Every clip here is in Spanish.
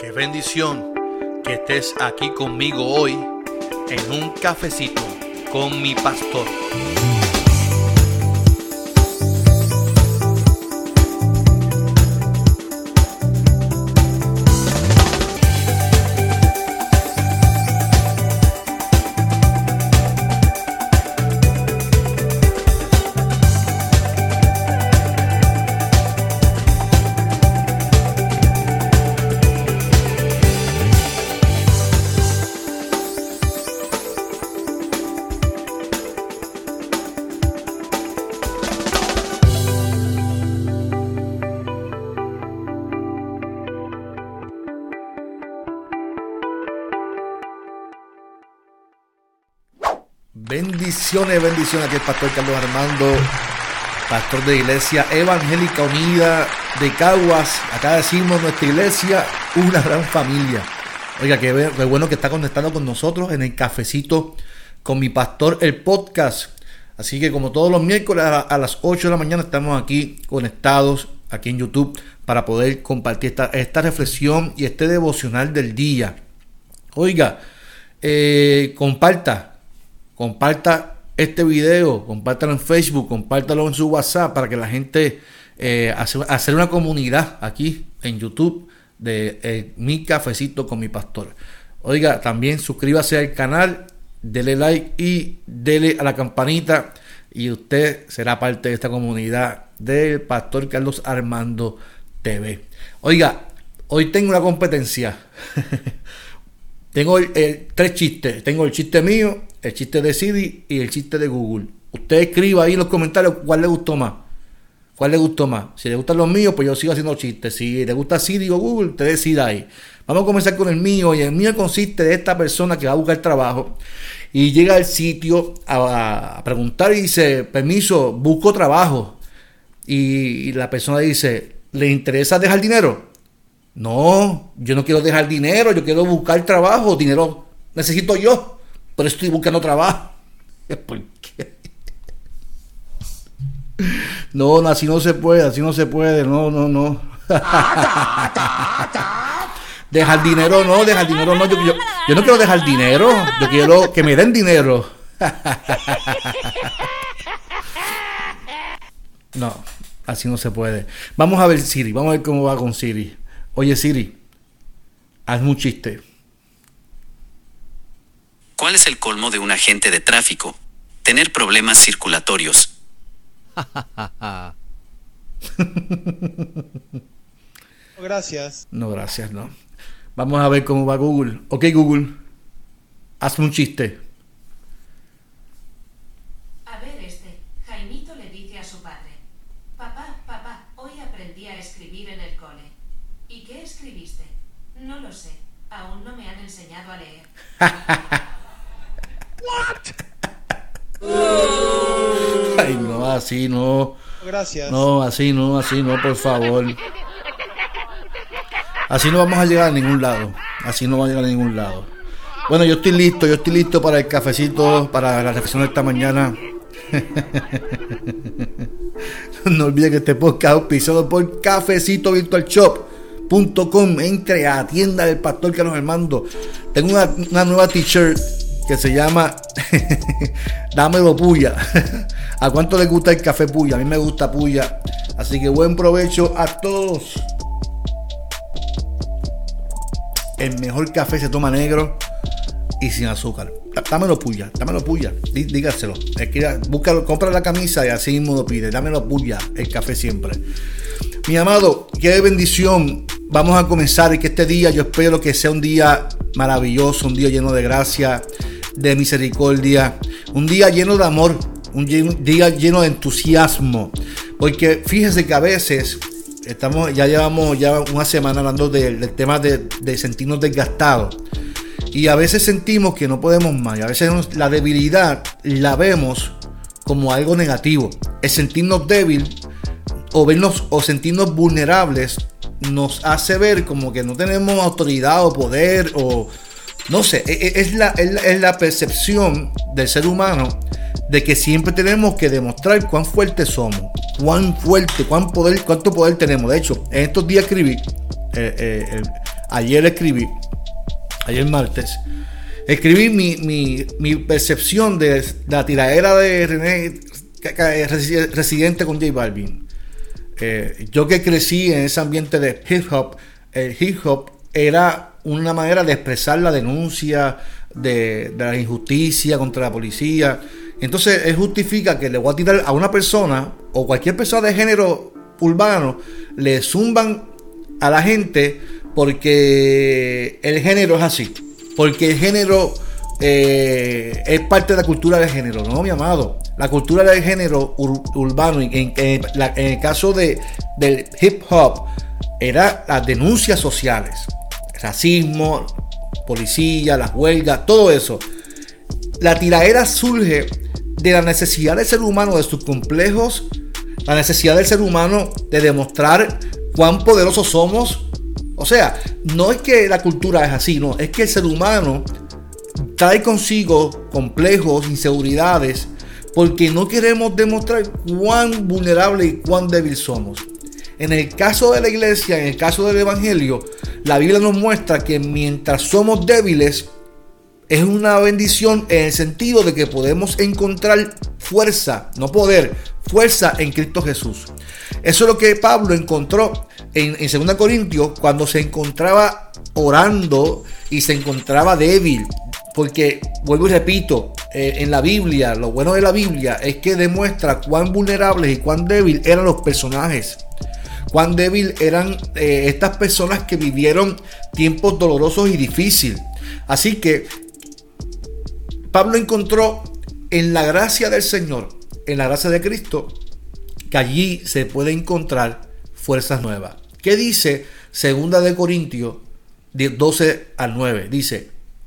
Qué bendición que estés aquí conmigo hoy en un cafecito con mi pastor. Bendiciones, aquí el pastor Carlos Armando, pastor de Iglesia Evangélica Unida de Caguas. Acá decimos nuestra iglesia, una gran familia. Oiga, qué bueno que está conectado con nosotros en el cafecito con mi pastor, el podcast. Así que como todos los miércoles a las 8 de la mañana estamos aquí conectados, aquí en YouTube, para poder compartir esta reflexión y este devocional del día. Oiga, comparta este video, compártalo en Facebook, compártalo en su WhatsApp para que la gente hacer una comunidad aquí en YouTube de mi cafecito con mi pastor. Oiga, también suscríbase al canal, dele like y dele a la campanita y usted será parte de esta comunidad del pastor Carlos Armando TV. Oiga, hoy tengo una competencia. Tengo tres chistes. Tengo el chiste mío, el chiste de Siri y el chiste de Google. Usted escriba ahí en los comentarios cuál le gustó más. Si le gustan los míos, pues yo sigo haciendo chistes. Si le gusta Siri o Google, usted decida ahí. Vamos a comenzar con el mío. Y el mío consiste de esta persona que va a buscar trabajo y llega al sitio a preguntar y dice: permiso, busco trabajo. Y la persona dice: ¿le interesa dejar dinero? No, yo no quiero dejar dinero, yo quiero buscar trabajo. Dinero necesito yo, pero estoy buscando trabajo. ¿Por qué? No, así no se puede, no. Dejar dinero no, yo no quiero dejar dinero, yo quiero que me den dinero. No, así no se puede. Vamos a ver Siri, vamos a ver cómo va con Siri. Oye Siri, hazme un chiste. ¿Cuál es el colmo de un agente de tráfico? Tener problemas circulatorios. Gracias. No, gracias, no. Vamos a ver cómo va Google. Ok, Google, hazme un chiste. A ver Jaimito le dice a su padre: Papá, hoy aprendí a escribir en el cole. ¿Y qué escribiste? No lo sé, aún no me han enseñado a leer. Ay, no, así no. Gracias. No, así no, por favor. Así no vamos a llegar a ningún lado. Bueno, yo estoy listo para el cafecito, para la reflexión de esta mañana. No olvide que este podcast es auspiciado por cafecitovirtualshop.com. Entre a la tienda del pastor Carlos Armando. Tengo una nueva t-shirt que se llama Dámelo Puya. ¿A cuánto les gusta el café Puya? A mí me gusta Puya. Así que buen provecho a todos. El mejor café se toma negro y sin azúcar. Dámelo Puya. Dígaselo. Búscalo, compra la camisa y así mismo lo pide. Dámelo Puya, el café siempre. Mi amado, qué bendición. Vamos a comenzar y que este día yo espero que sea un día maravilloso, un día lleno de gracia, de misericordia, un día lleno de amor, un día lleno de entusiasmo. Porque fíjese que a veces llevamos una semana hablando del tema de sentirnos desgastados. Y a veces sentimos que no podemos más. Y a veces la debilidad la vemos como algo negativo. El sentirnos débil o sentirnos vulnerables nos hace ver como que no tenemos autoridad o poder o no sé. Es la percepción del ser humano de que siempre tenemos que demostrar cuán fuertes somos, cuánto poder tenemos. De hecho, en estos días escribí ayer martes, escribí mi percepción de la tiradera de René Residente con J Balvin. Yo que crecí en ese ambiente de hip hop, el hip hop era una manera de expresar la denuncia de la injusticia contra la policía. Entonces él justifica que le voy a tirar a una persona o cualquier persona de género urbano, le zumban a la gente porque el género es así, porque el género es parte de la cultura del género. No, mi amado, la cultura del género urbano en el caso del hip hop era las denuncias sociales, racismo, policía, las huelgas, todo eso. La tiradera surge de la necesidad del ser humano, de sus complejos, la necesidad del ser humano de demostrar cuán poderosos somos. O sea, no es que la cultura es así, no, es que el ser humano trae consigo complejos, inseguridades, porque no queremos demostrar cuán vulnerable y cuán débil somos. En el caso de la iglesia, en el caso del evangelio, la Biblia nos muestra que mientras somos débiles, es una bendición en el sentido de que podemos encontrar fuerza, no poder, fuerza en Cristo Jesús. Eso es lo que Pablo encontró en 2 Corintios cuando se encontraba orando y se encontraba débil. Porque, vuelvo y repito, en la Biblia, lo bueno de la Biblia es que demuestra cuán vulnerables y cuán débil eran los personajes. Cuán débil eran estas personas que vivieron tiempos dolorosos y difíciles. Así que Pablo encontró en la gracia del Señor, en la gracia de Cristo, que allí se puede encontrar fuerzas nuevas. ¿Qué dice 2 Corintios 12 al 9? Dice,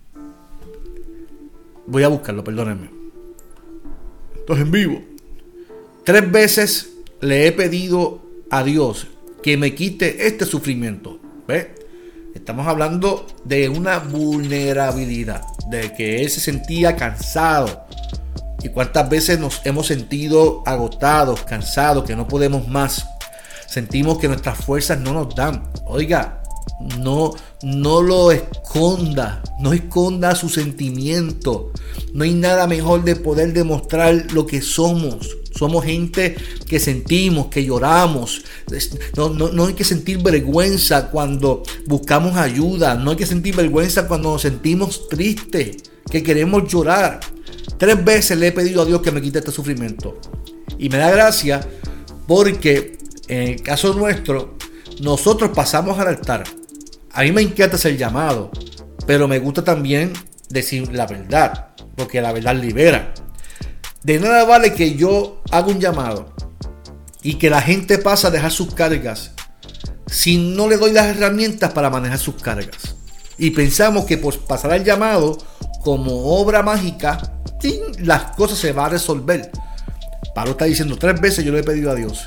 voy a buscarlo, perdónenme. Esto es en vivo. 3 veces le he pedido a Dios que me quite este sufrimiento. ¿Ves? Estamos hablando de una vulnerabilidad, de que él se sentía cansado. Y cuántas veces nos hemos sentido agotados, cansados, que no podemos más. Sentimos que nuestras fuerzas no nos dan. Oiga, no lo esconda, no esconda su sentimiento. No hay nada mejor de poder demostrar lo que somos. Somos gente que sentimos, que lloramos. No hay que sentir vergüenza cuando buscamos ayuda. No hay que sentir vergüenza cuando nos sentimos tristes, que queremos llorar. 3 veces le he pedido a Dios que me quite este sufrimiento. Y me da gracia porque en el caso nuestro, nosotros pasamos al altar. A mí me encanta ser llamado, pero me gusta también decir la verdad, porque la verdad libera. De nada vale que yo haga un llamado y que la gente pase a dejar sus cargas si no le doy las herramientas para manejar sus cargas. Y pensamos que por pasar al llamado como obra mágica, las cosas se van a resolver. Pablo está diciendo 3 veces yo le he pedido a Dios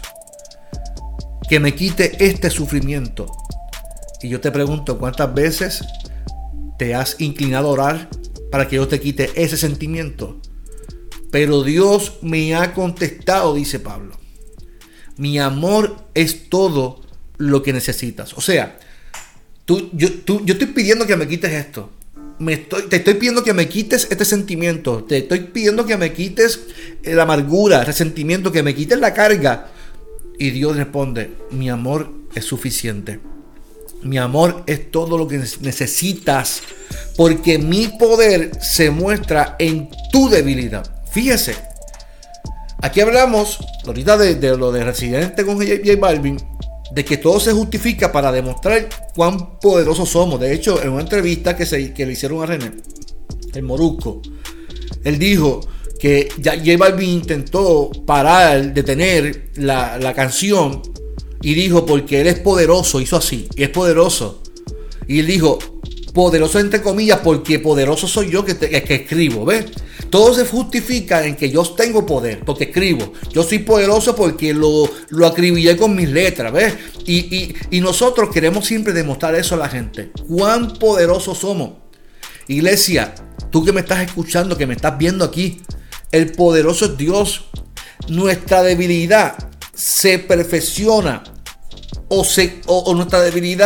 que me quite este sufrimiento. Y yo te pregunto, ¿cuántas veces te has inclinado a orar para que Dios te quite ese sentimiento? Pero Dios me ha contestado, dice Pablo. Mi amor es todo lo que necesitas. O sea, yo estoy pidiendo que me quites esto. Te estoy pidiendo que me quites este sentimiento. Te estoy pidiendo que me quites la amargura, el resentimiento, que me quites la carga. Y Dios responde, mi amor es suficiente. Mi amor es todo lo que necesitas, porque mi poder se muestra en tu debilidad. Fíjese, aquí hablamos ahorita de lo de Residente con J Balvin, de que todo se justifica para demostrar cuán poderosos somos. De hecho, en una entrevista que le hicieron a René, el Molusco, él dijo que ya J Balvin intentó detener la canción, y dijo, porque él es poderoso, hizo así, y es poderoso. Y él dijo, poderoso entre comillas, porque poderoso soy yo que escribo, ¿ves? Todo se justifica en que yo tengo poder, porque escribo. Yo soy poderoso porque lo acribillé con mis letras, ¿ves? Y nosotros queremos siempre demostrar eso a la gente. Cuán poderosos somos. Iglesia, tú que me estás escuchando, que me estás viendo aquí, el poderoso es Dios. Nuestra debilidad se perfecciona o nuestra debilidad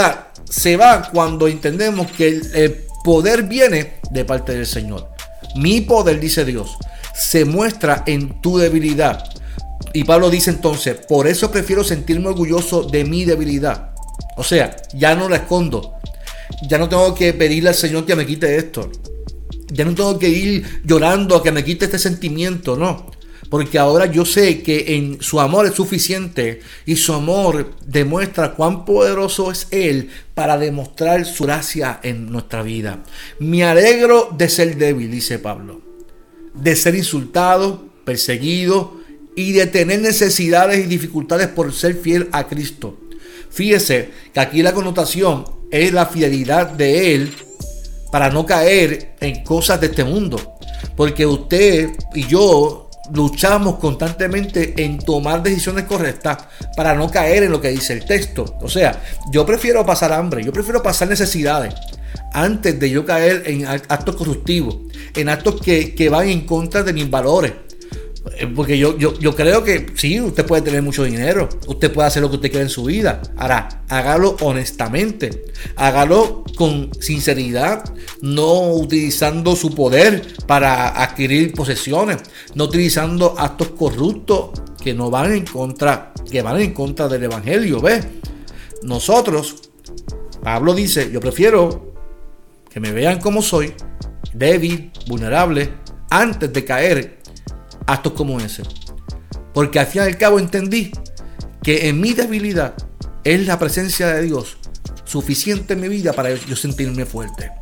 se va cuando entendemos que el poder viene de parte del Señor. Mi poder, dice Dios, se muestra en tu debilidad. Y Pablo dice entonces, por eso prefiero sentirme orgulloso de mi debilidad. O sea, ya no la escondo. Ya no tengo que pedirle al Señor que me quite esto. Ya no tengo que ir llorando a que me quite este sentimiento, no. Porque ahora yo sé que en su amor es suficiente y su amor demuestra cuán poderoso es Él para demostrar su gracia en nuestra vida. Me alegro de ser débil, dice Pablo, de ser insultado, perseguido y de tener necesidades y dificultades por ser fiel a Cristo. Fíjese que aquí la connotación es la fidelidad de Él para no caer en cosas de este mundo. Porque usted y yo luchamos constantemente en tomar decisiones correctas para no caer en lo que dice el texto. O sea, yo prefiero pasar hambre, yo prefiero pasar necesidades antes de yo caer en actos corruptivos, en actos que van en contra de mis valores. Porque yo creo que sí, usted puede tener mucho dinero, usted puede hacer lo que usted quiera en su vida. Ahora, hágalo honestamente, hágalo con sinceridad, no utilizando su poder para adquirir posesiones, no utilizando actos corruptos que van en contra del evangelio. ¿Ves? Nosotros, Pablo dice, yo prefiero que me vean como soy, débil, vulnerable, antes de caer actos como ese. Porque al fin y al cabo entendí que en mi debilidad es la presencia de Dios suficiente en mi vida para yo sentirme fuerte.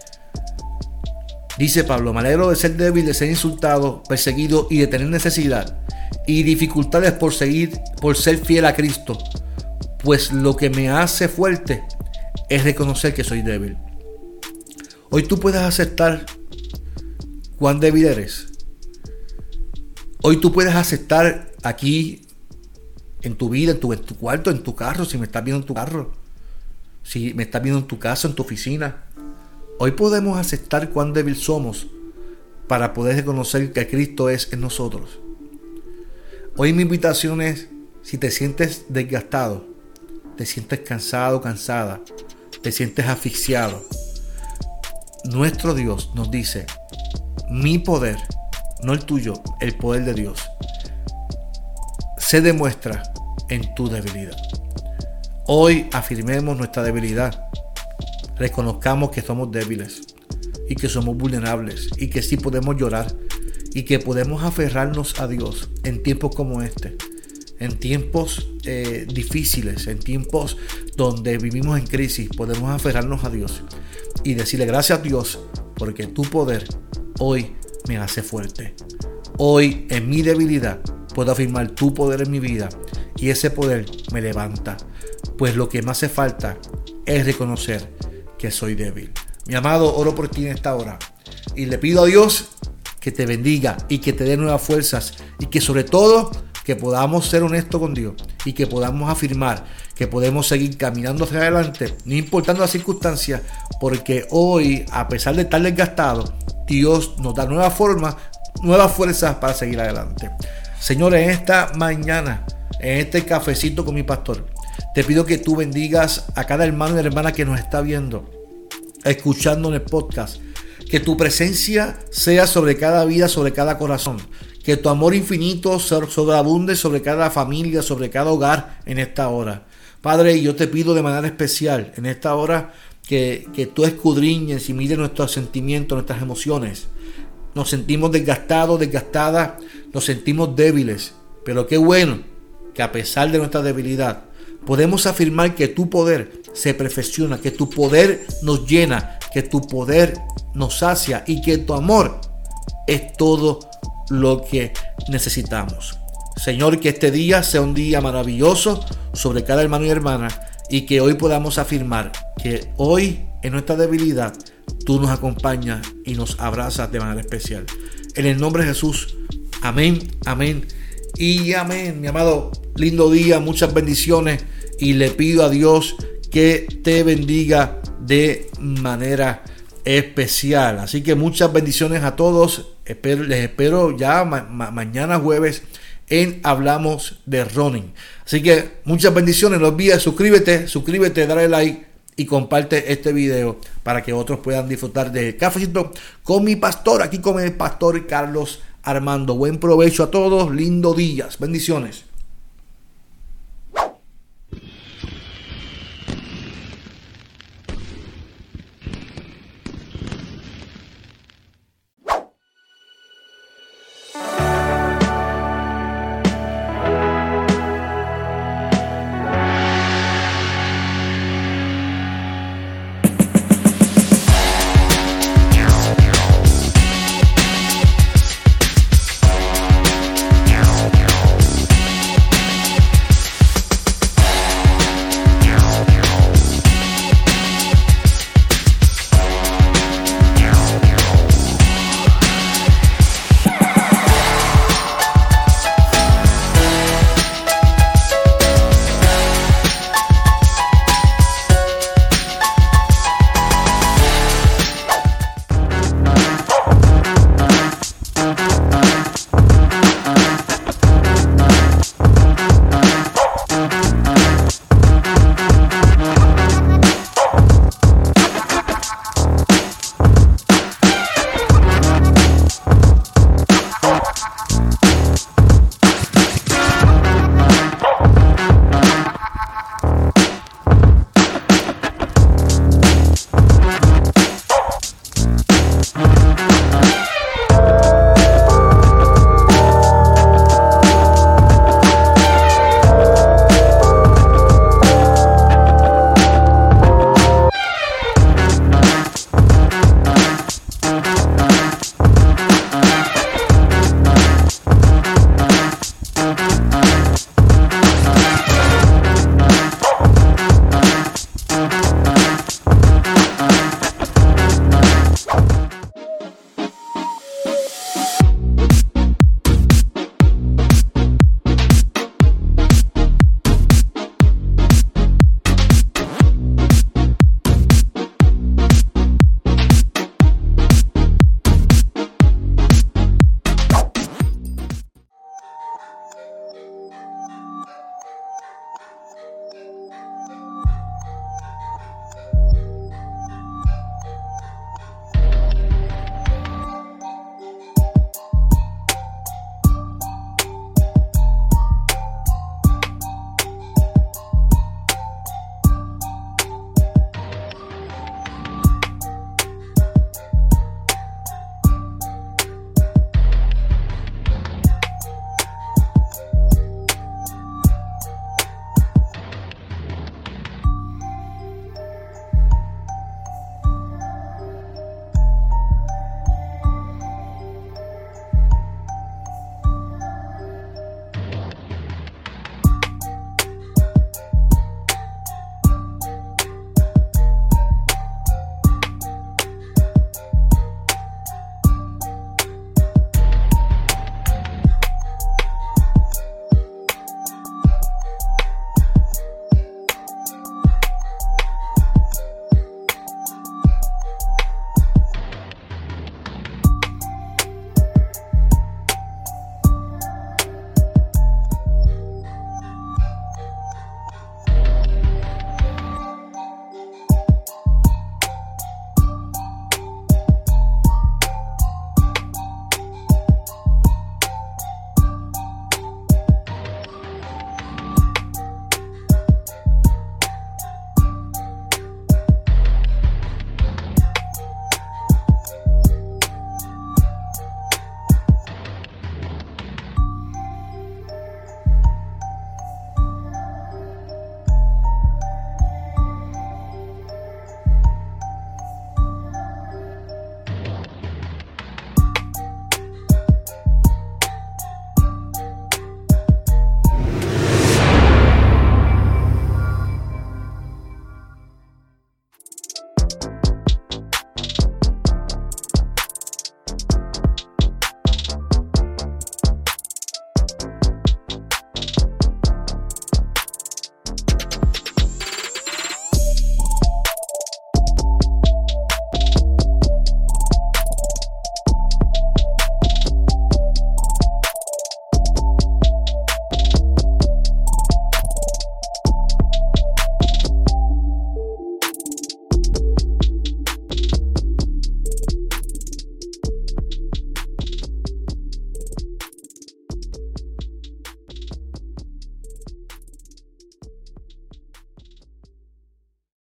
Dice Pablo, me alegro de ser débil, de ser insultado, perseguido y de tener necesidad y dificultades por ser fiel a Cristo, pues lo que me hace fuerte es reconocer que soy débil. Hoy tú puedes aceptar cuán débil eres. Hoy tú puedes aceptar aquí en tu vida, en tu cuarto, en tu carro, si me estás viendo en tu carro, si me estás viendo en tu casa, en tu oficina. Hoy podemos aceptar cuán débil somos para poder reconocer que Cristo es en nosotros. Hoy mi invitación es, si te sientes desgastado, te sientes cansado, cansada, te sientes asfixiado, nuestro Dios nos dice, mi poder, no el tuyo, el poder de Dios, se demuestra en tu debilidad. Hoy afirmemos nuestra debilidad. Reconozcamos que somos débiles y que somos vulnerables y que sí podemos llorar y que podemos aferrarnos a Dios en tiempos como este, en tiempos difíciles, en tiempos donde vivimos en crisis. Podemos aferrarnos a Dios y decirle gracias a Dios porque tu poder hoy me hace fuerte. Hoy en mi debilidad puedo afirmar tu poder en mi vida y ese poder me levanta, pues lo que me hace falta es reconocer que soy débil. Mi amado, oro por ti en esta hora y le pido a Dios que te bendiga y que te dé nuevas fuerzas y que sobre todo que podamos ser honestos con Dios y que podamos afirmar que podemos seguir caminando hacia adelante, no importando las circunstancias, porque hoy, a pesar de estar desgastado, Dios nos da nuevas formas, nuevas fuerzas para seguir adelante. Señor, en esta mañana, en este cafecito con mi pastor, te pido que tú bendigas a cada hermano y hermana que nos está viendo, escuchando en el podcast. Que tu presencia sea sobre cada vida, sobre cada corazón. Que tu amor infinito sobreabunde sobre cada familia, sobre cada hogar en esta hora. Padre, yo te pido de manera especial en esta hora que tú escudriñes y mires nuestros sentimientos, nuestras emociones. Nos sentimos desgastados, desgastadas, nos sentimos débiles. Pero qué bueno que a pesar de nuestra debilidad, podemos afirmar que tu poder se perfecciona, que tu poder nos llena, que tu poder nos sacia y que tu amor es todo lo que necesitamos. Señor, que este día sea un día maravilloso sobre cada hermano y hermana y que hoy podamos afirmar que hoy en nuestra debilidad tú nos acompañas y nos abrazas de manera especial. En el nombre de Jesús, amén, amén y amén. Mi amado, lindo día, muchas bendiciones y le pido a Dios que te bendiga de manera especial. Así que muchas bendiciones a todos. Les espero ya mañana jueves en Hablamos de Running. Así que muchas bendiciones. No olvides suscríbete, dale like y comparte este video para que otros puedan disfrutar del cafecito con mi pastor, aquí con el pastor Carlos Armando. Buen provecho a todos, lindo días, bendiciones.